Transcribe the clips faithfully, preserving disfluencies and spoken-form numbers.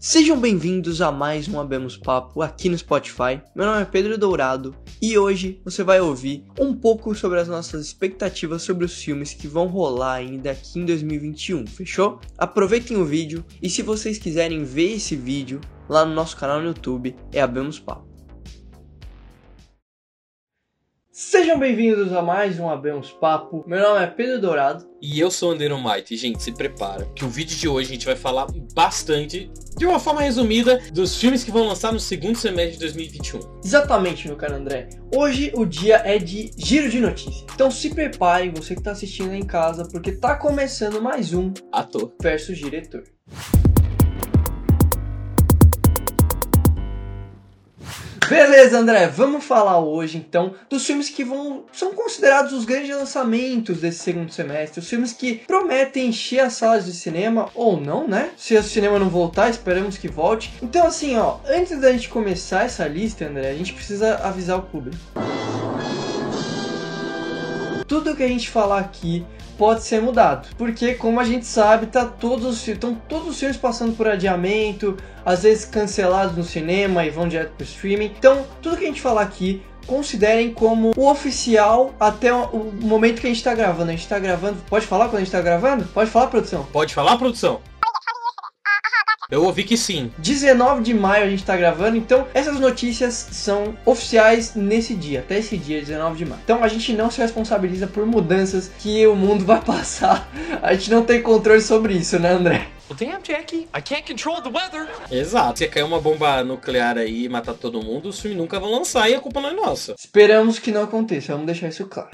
Sejam bem-vindos a mais um Abemos Papo aqui no Spotify. Meu nome é Pedro Dourado e hoje você vai ouvir um pouco sobre as nossas expectativas sobre os filmes que vão rolar ainda aqui em dois mil e vinte e um, fechou? Aproveitem o vídeo e se vocês quiserem ver esse vídeo lá no nosso canal no YouTube, é Abemos Papo. Sejam bem-vindos a mais um Abemos Papo. Meu nome é Pedro Dourado. E eu sou o Anderon Might. E, gente, se prepara, que o vídeo de hoje a gente vai falar bastante, de uma forma resumida, dos filmes que vão lançar no segundo semestre de dois mil e vinte e um. Exatamente, meu caro André. Hoje o dia é de giro de notícias. Então se prepare, você que tá assistindo aí em casa, porque tá começando mais um Ator versus Diretor. Beleza, André, vamos falar hoje então dos filmes que vão são considerados os grandes lançamentos desse segundo semestre, os filmes que prometem encher as salas de cinema ou não, né? Se o cinema não voltar, esperamos que volte. Então assim, ó, antes da gente começar essa lista, André, a gente precisa avisar o público. Tudo que a gente falar aqui pode ser mudado, porque como a gente sabe, tá todos, estão todos os filmes passando por adiamento, às vezes cancelados no cinema e vão direto pro streaming. Então, tudo que a gente falar aqui, considerem como o oficial até o momento que a gente tá gravando. A gente tá gravando, pode falar quando a gente tá gravando? Pode falar, produção? Pode falar, produção? Eu ouvi que sim. dezenove de maio a gente tá gravando, então essas notícias são oficiais nesse dia, até esse dia, dezenove de maio. Então a gente não se responsabiliza por mudanças que o mundo vai passar. A gente não tem controle sobre isso, né, André? Well, damn, Jackie, I can't control the weather. Exato. Se cair uma bomba nuclear aí e matar todo mundo, os filmes nunca vão lançar e a culpa não é nossa. Esperamos que não aconteça, vamos deixar isso claro.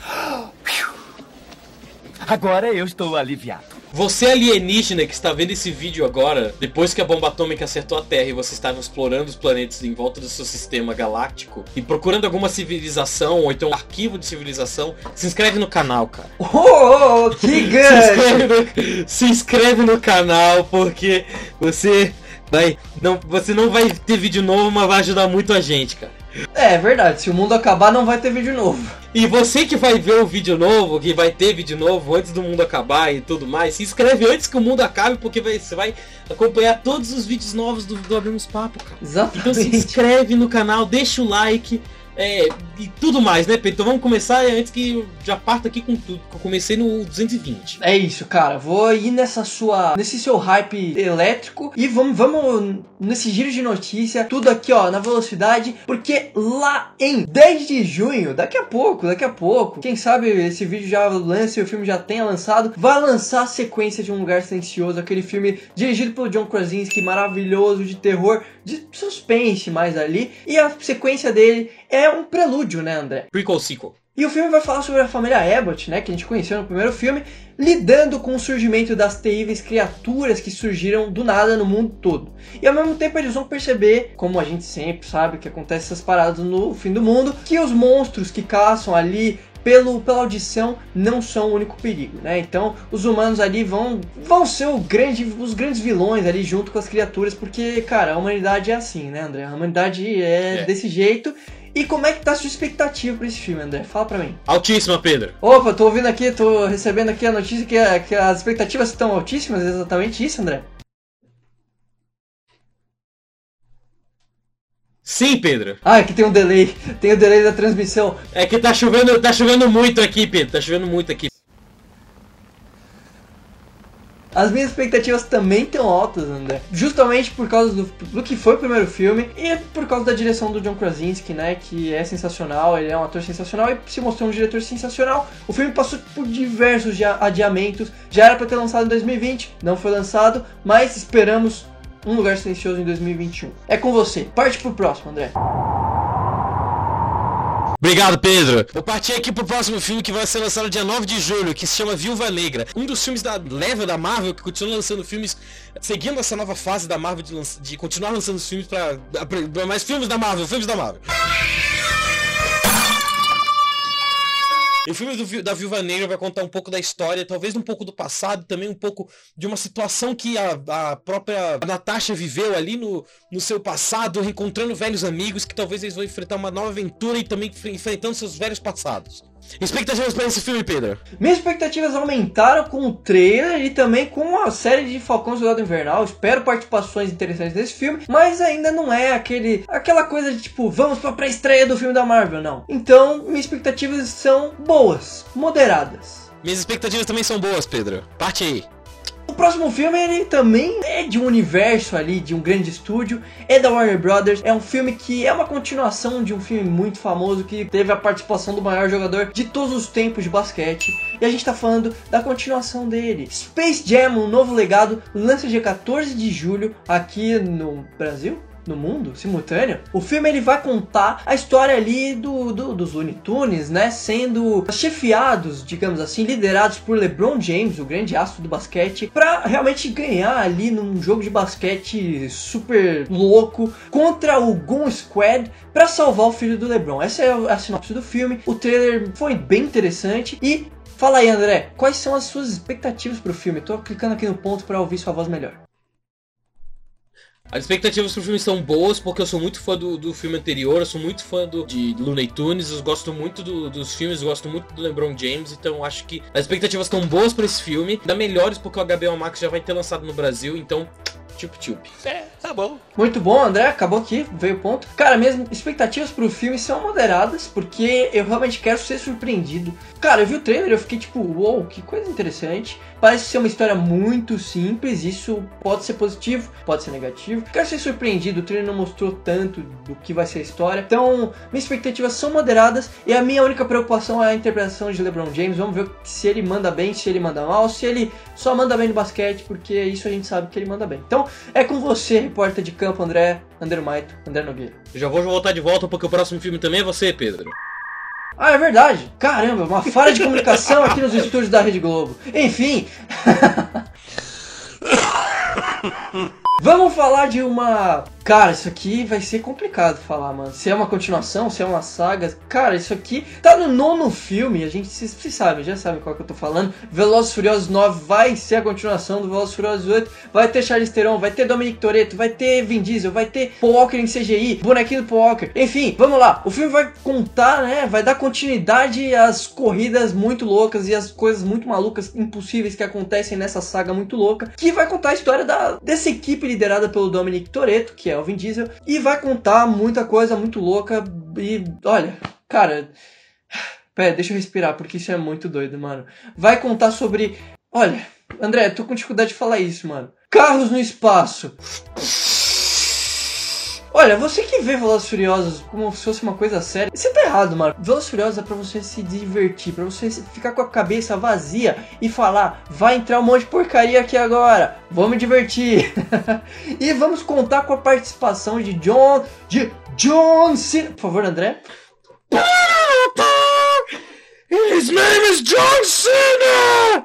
Agora eu estou aliviado. Você alienígena que está vendo esse vídeo agora, depois que a bomba atômica acertou a Terra e você estava explorando os planetas em volta do seu sistema galáctico e procurando alguma civilização ou então um arquivo de civilização, se inscreve no canal, cara. Oh, oh, oh que gancho! se, inscreve no, se inscreve no canal porque você vai, não, você não vai ter vídeo novo, mas vai ajudar muito a gente, cara. É, é verdade, se o mundo acabar não vai ter vídeo novo. E você que vai ver o vídeo novo, que vai ter vídeo novo antes do mundo acabar e tudo mais, se inscreve antes que o mundo acabe, porque vai, você vai acompanhar todos os vídeos novos do, do Abemos Papo, cara. Exatamente. Então se inscreve no canal, deixa o like, é, e tudo mais, né, Pedro? Então vamos começar antes que eu já parta aqui com tudo, que eu comecei no duzentos e vinte. É isso, cara, vou ir nessa sua, nesse seu hype elétrico e vamos, vamos nesse giro de notícia, tudo aqui, ó, na velocidade, porque lá em dez de junho, daqui a pouco, daqui a pouco, quem sabe esse vídeo já lance e o filme já tenha lançado, vai lançar a sequência de Um Lugar Silencioso, aquele filme dirigido pelo John Krasinski, maravilhoso, de terror, de suspense mais ali, e a sequência dele é um prelúdio, né, André? Prequel sequel. E o filme vai falar sobre a família Abbott, né, que a gente conheceu no primeiro filme, lidando com o surgimento das terríveis criaturas que surgiram do nada no mundo todo. E ao mesmo tempo eles vão perceber, como a gente sempre sabe que acontece essas paradas no fim do mundo, que os monstros que caçam ali pelo, pela audição não são o único perigo, né? Então os humanos ali vão, vão ser o grande, os grandes vilões ali junto com as criaturas, porque, cara, a humanidade é assim, né, André? A humanidade é, é. desse jeito. E como é que tá a sua expectativa pra esse filme, André? Fala pra mim. Altíssima, Pedro. Opa, tô ouvindo aqui, tô recebendo aqui a notícia que, a, que as expectativas estão altíssimas, é exatamente isso, André? Sim, Pedro. Ah, aqui tem um delay, tem o um delay da transmissão. É que tá chovendo, tá chovendo muito aqui, Pedro, tá chovendo muito aqui. As minhas expectativas também estão altas, André. Justamente por causa do, do que foi o primeiro filme e por causa da direção do John Krasinski, né? Que é sensacional, ele é um ator sensacional e se mostrou um diretor sensacional. O filme passou por diversos adiamentos, já era para ter lançado em dois mil e vinte, não foi lançado, mas esperamos Um Lugar Silencioso em dois mil e vinte e um. É com você. Parte pro próximo, André. Obrigado, Pedro. Eu parti aqui pro próximo filme que vai ser lançado dia nove de julho, que se chama Viúva Negra. Um dos filmes da leva da Marvel que continua lançando filmes, seguindo essa nova fase da Marvel de, lança, de continuar lançando filmes pra, pra... mais filmes da Marvel, filmes da Marvel. E o filme do, da Viúva Negra vai contar um pouco da história, talvez um pouco do passado, também um pouco de uma situação que a, a própria Natasha viveu ali no, no seu passado, reencontrando velhos amigos, que talvez eles vão enfrentar uma nova aventura e também enfrentando seus velhos passados. Expectativas para esse filme, Pedro? Minhas expectativas aumentaram com o trailer e também com a série de Falcão e Soldado Invernal. Espero participações interessantes nesse filme, mas ainda não é aquele, aquela coisa de tipo, vamos pra pré-estreia do filme da Marvel, não. Então, minhas expectativas são boas, moderadas. Minhas expectativas também são boas, Pedro. Parte aí. O próximo filme, ele também é de um universo ali, de um grande estúdio, é da Warner Brothers, é um filme que é uma continuação de um filme muito famoso que teve a participação do maior jogador de todos os tempos de basquete, e a gente tá falando da continuação dele. Space Jam, um novo legado, lança dia quatorze de julho aqui no Brasil. No mundo, simultâneo. O filme ele vai contar a história ali do, do, dos Looney Tunes, né, sendo chefiados, digamos assim, liderados por LeBron James, o grande astro do basquete, para realmente ganhar ali num jogo de basquete super louco contra o Goon Squad para salvar o filho do LeBron. Essa é a sinopse do filme. O trailer foi bem interessante e fala aí, André, quais são as suas expectativas pro filme? Tô clicando aqui no ponto para ouvir sua voz melhor. As expectativas pro filme são boas, porque eu sou muito fã do, do filme anterior, eu sou muito fã do, de Looney Tunes, eu gosto muito do, dos filmes, eu gosto muito do LeBron James, então eu acho que as expectativas estão boas pra esse filme, ainda melhores porque o H B O Max já vai ter lançado no Brasil, então... Tchup-tchup. É, tá bom. Muito bom, André, acabou aqui, veio o ponto. Cara, minhas expectativas pro filme são moderadas, porque eu realmente quero ser surpreendido. Cara, eu vi o trailer e eu fiquei tipo, uou, que coisa interessante. Parece ser uma história muito simples, isso pode ser positivo, pode ser negativo. Quero ser surpreendido, o trailer não mostrou tanto do que vai ser a história. Então, minhas expectativas são moderadas e a minha única preocupação é a interpretação de LeBron James. Vamos ver se ele manda bem, se ele manda mal, se ele só manda bem no basquete, porque isso a gente sabe que ele manda bem. Então, é com você, repórter de campo, André, André Maito, André Nogueira. Eu já vou voltar de volta porque o próximo filme também é você, Pedro. Ah, é verdade. Caramba, uma falha de comunicação aqui nos estúdios da Rede Globo. Enfim. Vamos falar de uma... Cara, isso aqui vai ser complicado falar, mano. Se é uma continuação, se é uma saga... Cara, isso aqui tá no nono filme. A gente, vocês sabem, já sabem qual que eu tô falando. Velozes e Furiosos nove vai ser a continuação do Velozes e Furiosos oito. Vai ter Charlize Theron, vai ter Dominic Toretto, vai ter Vin Diesel, vai ter Paul Walker em C G I, bonequinho do Paul Walker. Enfim, vamos lá. O filme vai contar, né? Vai dar continuidade às corridas muito loucas e às coisas muito malucas, impossíveis que acontecem nessa saga muito louca. Que vai contar a história da, dessa equipe liderada pelo Dominic Toretto, que é o Vin Diesel, e vai contar muita coisa muito louca. E olha, cara, pera, deixa eu respirar porque isso é muito doido, mano. Vai contar sobre, olha, André, tô com dificuldade de falar isso, mano. Carros no espaço. Olha, você que vê Velozes e Furiosos como se fosse uma coisa séria, você tá errado, mano. Velozes e Furiosos é pra você se divertir, pra você ficar com a cabeça vazia e falar, vai entrar um monte de porcaria aqui agora, vamos me divertir. E vamos contar com a participação de John, de John Cena. Por favor, André. His name is John Cena!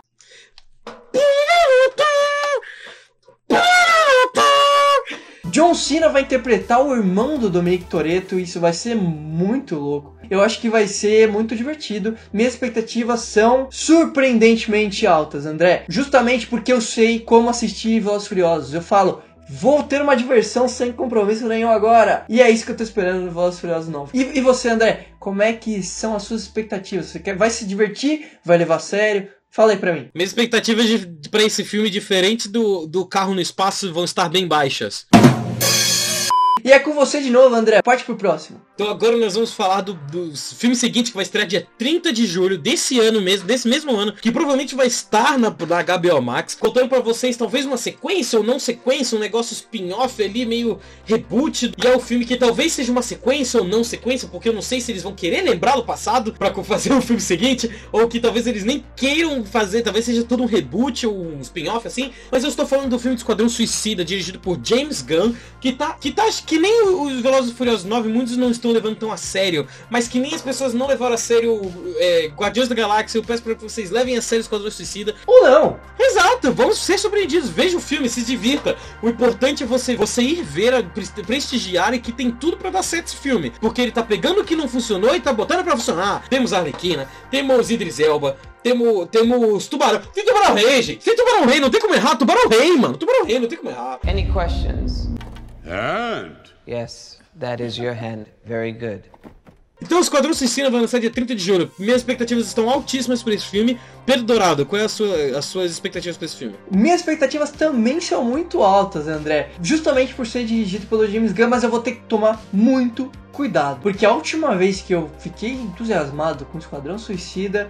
John Cena vai interpretar o irmão do Dominic Toretto e isso vai ser muito louco. Eu acho que vai ser muito divertido. Minhas expectativas são surpreendentemente altas, André. Justamente porque eu sei como assistir Velozes e Furiosos. Eu falo, vou ter uma diversão sem compromisso nenhum agora. E é isso que eu tô esperando no Velozes e Furiosos nove. E, e você, André, como é que são as suas expectativas? Você quer, vai se divertir? Vai levar a sério? Fala aí pra mim. Minhas expectativas de, pra esse filme, diferente do, do Carro no Espaço, vão estar bem baixas. E é com você de novo, André. Parte pro próximo. Então agora nós vamos falar do, do filme seguinte, que vai estrear dia trinta de julho desse ano mesmo, desse mesmo ano, que provavelmente vai estar na, na H B O Max, contando pra vocês talvez uma sequência ou não sequência, um negócio spin-off ali, meio reboot, e é o filme que talvez seja uma sequência ou não sequência, porque eu não sei se eles vão querer lembrar do passado pra fazer o filme seguinte, ou que talvez eles nem queiram fazer, talvez seja todo um reboot ou um spin-off assim, mas eu estou falando do filme de Esquadrão Suicida, dirigido por James Gunn, que tá, que tá, que nem os Velozes e Furiosos nove, muitos não estão levando tão a sério, mas que nem as pessoas não levaram a sério é, Guardiões da Galáxia. Eu peço para que vocês levem a sério o Esquadrão Suicida. Ou não. Exato, vamos ser surpreendidos. Veja o filme, se divirta. O importante é você, você ir ver, prestigiar, e que tem tudo para dar certo esse filme, porque ele tá pegando o que não funcionou e tá botando para funcionar. Temos a Arlequina, temos Idris Elba, Temos, temos Tubarão. Tem Tubarão Rei, gente. Tem Tubarão Rei, não tem como errar. Tubarão Rei, mano. Tubarão Rei, não tem como errar. Any questions? And? Yes, that is your hand. Very good. Então, o Esquadrão Suicida vai lançar dia trinta de julho. Minhas expectativas estão altíssimas por esse filme. Pedro Dourado, quais são é as suas expectativas para esse filme? Minhas expectativas também são muito altas, André. Justamente por ser dirigido pelo James Gunn, mas eu vou ter que tomar muito cuidado. Porque a última vez que eu fiquei entusiasmado com o Esquadrão Suicida...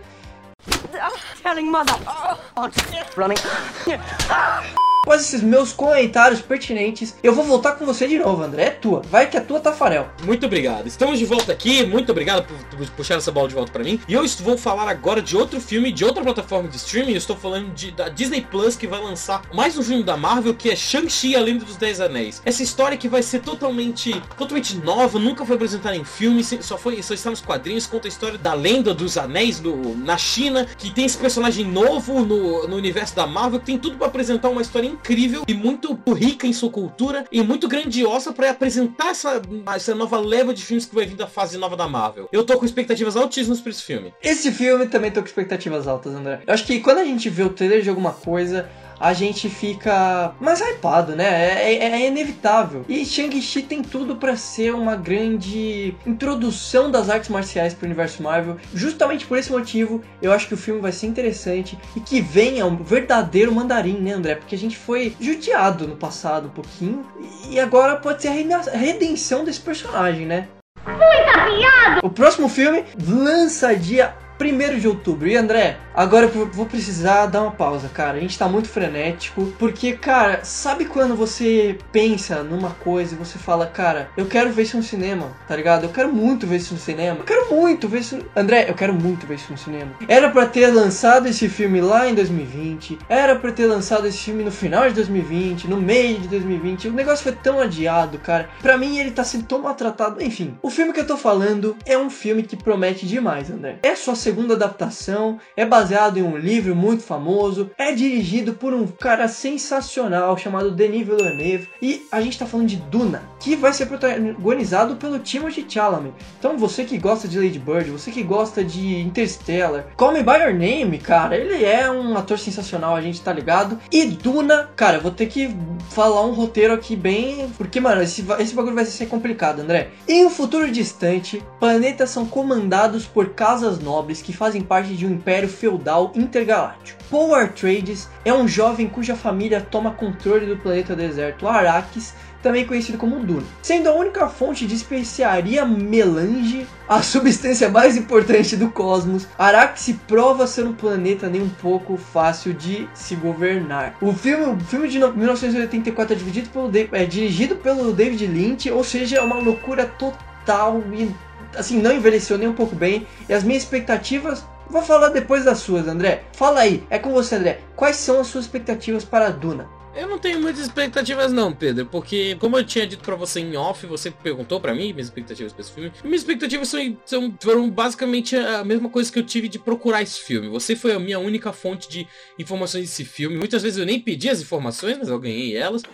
Após esses meus comentários pertinentes, eu vou voltar com você de novo, André. É tua. Vai que é tua, Tafarel. Muito obrigado. Estamos de volta aqui. Muito obrigado por, por puxar essa bola de volta pra mim. E eu vou falar agora de outro filme, de outra plataforma de streaming. Eu estou falando de, da Disney Plus, que vai lançar mais um filme da Marvel, que é Shang-Chi, a Lenda dos Dez Anéis. Essa história que vai ser totalmente, totalmente nova, nunca foi apresentada em filme, só, foi, só está nos quadrinhos, conta a história da Lenda dos Anéis do, na China, que tem esse personagem novo no, no universo da Marvel, que tem tudo para apresentar uma história incrível e muito rica em sua cultura e muito grandiosa para apresentar essa, essa nova leva de filmes que vai vir da fase nova da Marvel. Eu tô com expectativas altíssimas pra esse filme. Esse filme também tô com expectativas altas, André. Eu acho que quando a gente vê o trailer de alguma coisa, a gente fica mais hypado, né? É, é, é inevitável. E Shang-Chi tem tudo pra ser uma grande introdução das artes marciais pro universo Marvel. Justamente por esse motivo, eu acho que o filme vai ser interessante e que venha um verdadeiro mandarim, né, André? Porque a gente foi judiado no passado um pouquinho e agora pode ser a redenção desse personagem, né? Muita piada! O próximo filme lança dia primeiro de outubro. E André, agora eu vou precisar dar uma pausa, cara. A gente tá muito frenético, porque, cara, sabe quando você pensa numa coisa e você fala, cara, eu quero ver isso no cinema, tá ligado? Eu quero muito ver isso no cinema. Eu quero muito ver isso... André, eu quero muito ver isso no cinema. Era pra ter lançado esse filme lá em dois mil e vinte, era pra ter lançado esse filme no final de dois mil e vinte, no meio de dois mil e vinte. O negócio foi tão adiado, cara. Pra mim, ele tá sendo tão maltratado. Enfim, o filme que eu tô falando é um filme que promete demais, André. É sua segunda adaptação, é baseado em um livro muito famoso, é dirigido por um cara sensacional chamado Denis Villeneuve, e a gente tá falando de Duna, que vai ser protagonizado pelo Timothée Chalamet. Então você que gosta de Lady Bird, você que gosta de Interstellar, Call Me By Your Name, cara, ele é um ator sensacional, a gente tá ligado. E Duna, cara, eu vou ter que falar um roteiro aqui bem... Porque, mano, esse, esse bagulho vai ser complicado, André. Em um futuro distante, planetas são comandados por casas nobres que fazem parte de um império feudal intergaláctico. Paul Atreides é um jovem cuja família toma controle do planeta deserto Arrakis, também conhecido como Duna. Sendo a única fonte de especiaria melange, a substância mais importante do cosmos, Arrakis se prova ser um planeta nem um pouco fácil de se governar. O filme, o filme de mil novecentos e oitenta e quatro é, dividido pelo, é dirigido pelo David Lynch, ou seja, é uma loucura total e assim, não envelheceu nem um pouco bem. E as minhas expectativas, vou falar depois das suas, André. Fala aí, é com você, André. Quais são as suas expectativas para Duna? Eu não tenho muitas expectativas não, Pedro, porque como eu tinha dito pra você em off, você perguntou pra mim minhas expectativas pra esse filme. Minhas expectativas são, são, foram basicamente a mesma coisa que eu tive de procurar esse filme. Você foi a minha única fonte de informações desse filme. Muitas vezes eu nem pedi as informações, mas eu ganhei elas.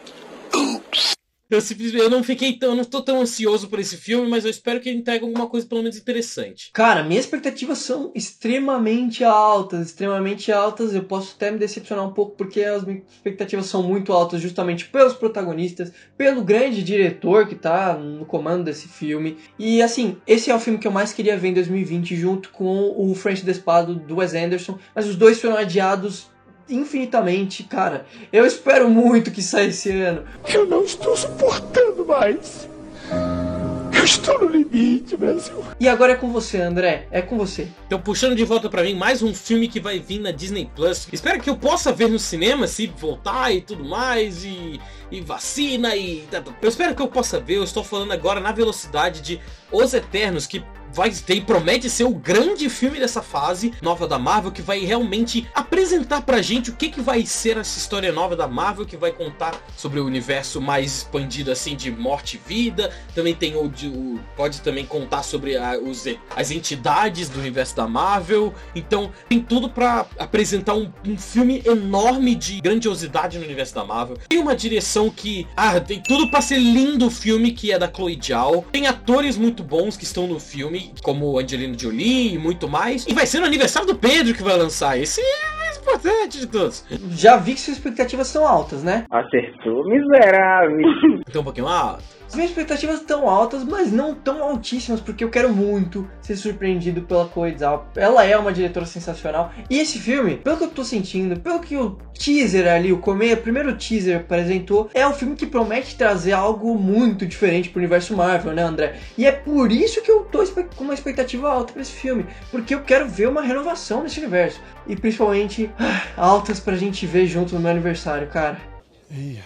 Eu, simplesmente, eu não fiquei tão, eu não tô tão ansioso por esse filme, mas eu espero que ele entregue alguma coisa pelo menos interessante. Cara, minhas expectativas são extremamente altas, extremamente altas. Eu posso até me decepcionar um pouco porque as minhas expectativas são muito altas justamente pelos protagonistas, pelo grande diretor que tá no comando desse filme. E assim, esse é o filme que eu mais queria ver em dois mil e vinte junto com o Frente da Espada do Wes Anderson, mas os dois foram adiados infinitamente, cara. Eu espero muito que saia esse ano. Eu não estou suportando mais. Eu estou no limite, Brasil. E agora é com você, André. É com você. Então, puxando de volta pra mim, mais um filme que vai vir na Disney Plus. Espero que eu possa ver no cinema, se voltar e tudo mais, e, e vacina, e... Eu espero que eu possa ver. Eu estou falando agora na velocidade de Os Eternos, que vai ter e promete ser o grande filme dessa fase nova da Marvel, que vai realmente apresentar pra gente o que, que vai ser essa história nova da Marvel, que vai contar sobre o universo mais expandido assim de morte e vida. Também tem o, o pode também contar sobre a, os, as entidades do universo da Marvel. Então tem tudo pra apresentar um, um filme enorme de grandiosidade no universo da Marvel. Tem uma direção que, ah, tem tudo pra ser lindo o filme, que é da Chloe Zhao. Tem atores muito bons que estão no filme, como Angelina Jolie e muito mais. E vai ser no aniversário do Pedro que vai lançar. Esse é mais importante de todos. Já vi que suas expectativas são altas, né? Acertou, miserável. Então um pouquinho alto. As minhas expectativas estão altas, mas não tão altíssimas, porque eu quero muito ser surpreendido pela Chloe Zhao. Ela é uma diretora sensacional. E esse filme, pelo que eu tô sentindo, pelo que o teaser ali, o, come... o primeiro teaser apresentou, é um filme que promete trazer algo muito diferente pro universo Marvel, né, André? E é por isso que eu tô com uma expectativa alta pra esse filme, porque eu quero ver uma renovação nesse universo. E principalmente, altas pra gente ver junto no meu aniversário, cara. Ih,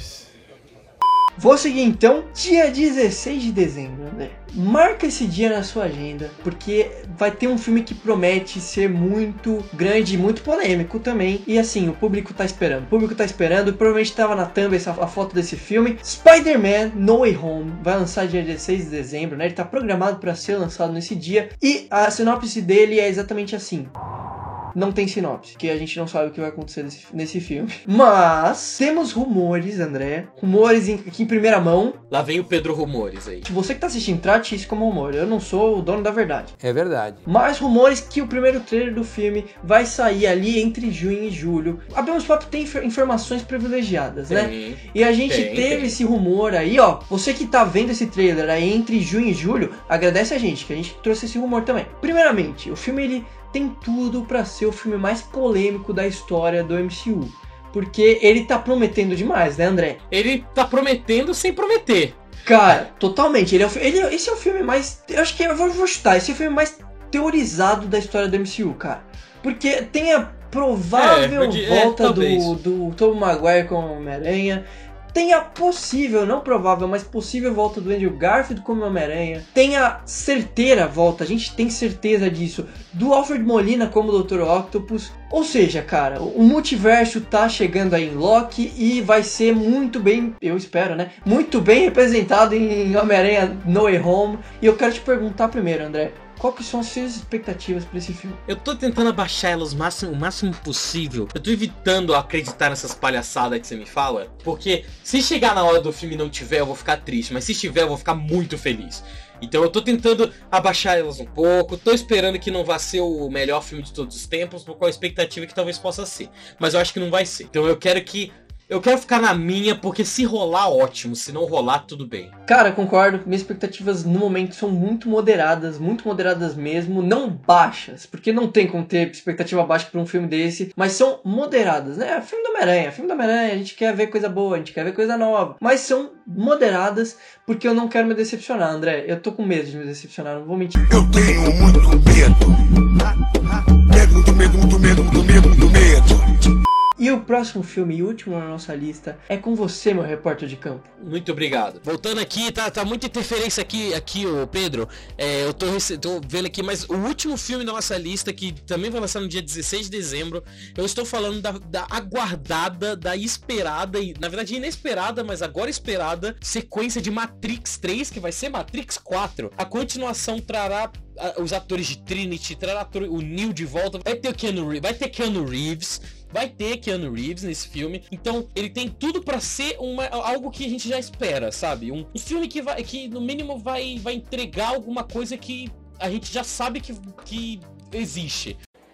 Vou seguir então, dia dezesseis de dezembro, André. Marca esse dia na sua agenda, porque vai ter um filme que promete ser muito grande e muito polêmico também. E assim, o público tá esperando, o público tá esperando, provavelmente tava na thumb essa, a foto desse filme. Spider-Man No Way Home vai lançar dia dezesseis de dezembro, né? Ele tá programado para ser lançado nesse dia. E a sinopse dele é exatamente assim. Não tem sinopse, que a gente não sabe o que vai acontecer nesse, nesse filme. Mas temos rumores, André. Rumores em, aqui em primeira mão. Lá vem o Pedro Rumores aí. Você que tá assistindo, trate isso como rumor. Eu não sou o dono da verdade. É verdade. Mas rumores que o primeiro trailer do filme vai sair ali entre junho e julho. A Bemos Pop tem informações privilegiadas, tem, né? E a gente tem, teve tem. esse rumor aí, ó. Você que tá vendo esse trailer aí entre junho e julho, agradece a gente, que a gente trouxe esse rumor também. Primeiramente, o filme ele tem tudo pra ser o filme mais polêmico da história do M C U. Porque ele tá prometendo demais, né, André? Ele tá prometendo sem prometer. Cara, totalmente. Ele é o, ele, esse é o filme mais... Eu acho que eu vou, vou chutar. Esse é o filme mais teorizado da história do M C U, cara. Porque tem a provável é, volta é, do, do Tobey Maguire com Homem-Aranha. Tem a possível, não provável, mas possível volta do Andrew Garfield como Homem-Aranha. Tem a certeira volta, a gente tem certeza disso, do Alfred Molina como doutor Octopus. Ou seja, cara, o multiverso tá chegando aí em Loki e vai ser muito bem, eu espero, né? Muito bem representado em Homem-Aranha No Way Home. E eu quero te perguntar primeiro, André. Qual que são as suas expectativas pra esse filme? Eu tô tentando abaixar elas o máximo, o máximo possível. Eu tô evitando acreditar nessas palhaçadas que você me fala. Porque se chegar na hora do filme e não tiver, eu vou ficar triste. Mas se tiver, eu vou ficar muito feliz. Então eu tô tentando abaixar elas um pouco. Tô esperando que não vá ser o melhor filme de todos os tempos, por qual a expectativa que talvez possa ser. Mas eu acho que não vai ser. Então eu quero que... Eu quero ficar na minha, porque se rolar, ótimo. Se não rolar, tudo bem. Cara, concordo. Minhas expectativas no momento são muito moderadas. Muito moderadas mesmo. Não baixas. Porque não tem como ter expectativa baixa pra um filme desse. Mas são moderadas, né? Filme do Homem-Aranha. Filme do Homem-Aranha. A gente quer ver coisa boa. A gente quer ver coisa nova. Mas são moderadas porque eu não quero me decepcionar, André. Eu tô com medo de me decepcionar. Não vou mentir. Eu tenho muito medo. Medo, muito medo, muito medo, muito medo, muito medo. E o próximo filme e último na nossa lista é com você, meu repórter de campo. Muito obrigado. Voltando aqui, tá, tá muita interferência aqui, aqui ô Pedro. É, eu tô, tô vendo aqui, mas o último filme da nossa lista, que também vai lançar no dia dezesseis de dezembro, eu estou falando da, da aguardada, da esperada, e na verdade inesperada, mas agora esperada, sequência de Matrix três, que vai ser Matrix quatro. A continuação trará os atores de Trinity, trará o Neo de volta, vai ter o Keanu Reeves, vai ter Keanu Reeves, vai ter Keanu Reeves nesse filme, então ele tem tudo pra ser uma, algo que a gente já espera, sabe? Um, um filme que, vai, que no mínimo vai, vai entregar alguma coisa que a gente já sabe que, que existe.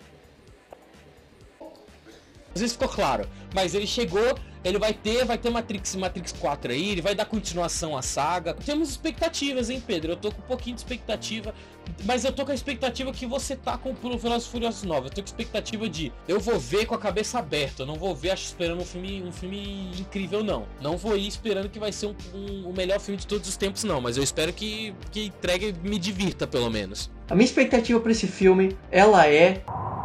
Às vezes ficou claro, mas ele chegou, ele vai ter, vai ter Matrix, Matrix quatro aí, ele vai dar continuação à saga. Temos expectativas, hein, Pedro? Eu tô com um pouquinho de expectativa, mas eu tô com a expectativa que você tá com o Velozes e Furiosos nove. Eu tô com a expectativa de, eu vou ver com a cabeça aberta, eu não vou ver acho, esperando um filme, um filme incrível, não. Não vou ir esperando que vai ser um, um, o melhor filme de todos os tempos, não, mas eu espero que, que entregue e me divirta, pelo menos. A minha expectativa pra esse filme, ela é...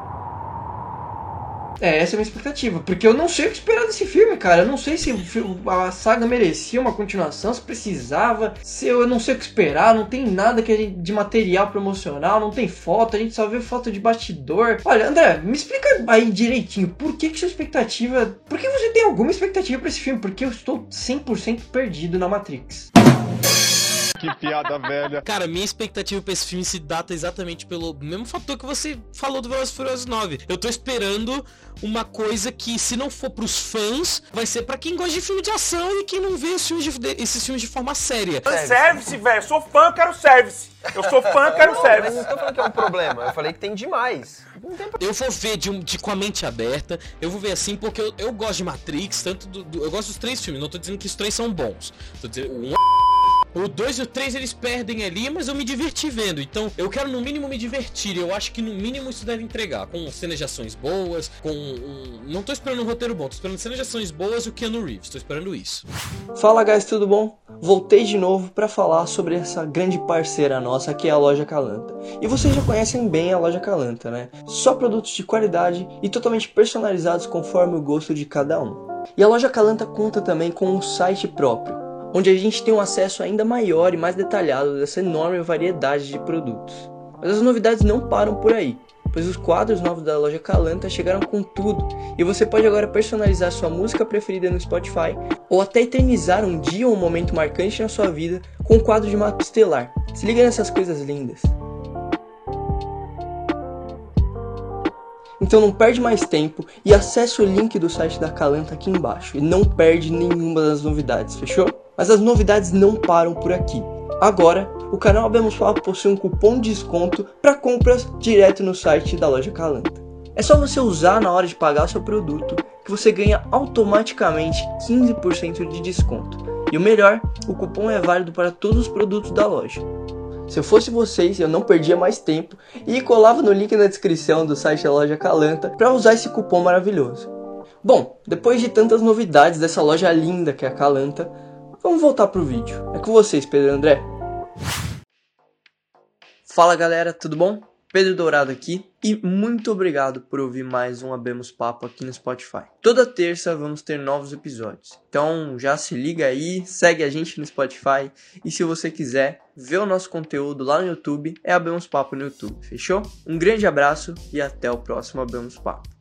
É, essa é a minha expectativa, porque eu não sei o que esperar desse filme, cara. Eu não sei se a saga merecia uma continuação, se precisava, se eu não sei o que esperar, não tem nada que a gente, de material promocional, não tem foto, a gente só vê foto de bastidor. Olha, André, me explica aí direitinho, por que que sua expectativa... Por que você tem alguma expectativa pra esse filme? Porque eu estou cem por cento perdido na Matrix. Que piada velha. Cara, minha expectativa pra esse filme se data exatamente pelo mesmo fator que você falou do Velozes e Furiosos nove. Eu tô esperando uma coisa que, se não for pros fãs, vai ser pra quem gosta de filme de ação e quem não vê os filmes de, esses filmes de forma séria. Service, velho. Eu sou fã, quero service. Eu sou fã, quero não, service. Mas não tô falando que é um problema. Eu falei que tem demais. Eu vou ver de, um, de com a mente aberta, eu vou ver assim, porque eu, eu gosto de Matrix, tanto do, do, eu gosto dos três filmes, não tô dizendo que os três são bons. Tô dizendo, um O dois e o três eles perdem ali, mas eu me diverti vendo. Então eu quero no mínimo me divertir. Eu acho que no mínimo isso deve entregar. Com cenas de ações boas, com um... Não tô esperando um roteiro bom, tô esperando cenas de ações boas e o Keanu Reeves. Tô esperando isso. Fala guys, tudo bom? Voltei de novo para falar sobre essa grande parceira nossa que é a Loja Calanta. E vocês já conhecem bem a Loja Calanta, né? Só produtos de qualidade e totalmente personalizados conforme o gosto de cada um. E a Loja Calanta conta também com um site próprio, onde a gente tem um acesso ainda maior e mais detalhado dessa enorme variedade de produtos. Mas as novidades não param por aí, pois os quadros novos da Loja Calanta chegaram com tudo, e você pode agora personalizar sua música preferida no Spotify, ou até eternizar um dia ou um momento marcante na sua vida com um quadro de mapa estelar. Se liga nessas coisas lindas. Então não perde mais tempo e acesse o link do site da Calanta aqui embaixo, e não perde nenhuma das novidades, fechou? Mas as novidades não param por aqui. Agora, o canal Abemos Papo possui um cupom de desconto para compras direto no site da Loja Calanta. É só você usar na hora de pagar o seu produto que você ganha automaticamente quinze por cento de desconto. E o melhor, o cupom é válido para todos os produtos da loja. Se eu fosse vocês, eu não perdia mais tempo e colava no link na descrição do site da Loja Calanta para usar esse cupom maravilhoso. Bom, depois de tantas novidades dessa loja linda que é a Calanta, vamos voltar pro vídeo. É com vocês, Pedro André. Fala galera, tudo bom? Pedro Dourado aqui e muito obrigado por ouvir mais um Abemos Papo aqui no Spotify. Toda terça vamos ter novos episódios, então já se liga aí, segue a gente no Spotify e se você quiser ver o nosso conteúdo lá no YouTube, é Abemos Papo no YouTube, fechou? Um grande abraço e até o próximo Abemos Papo.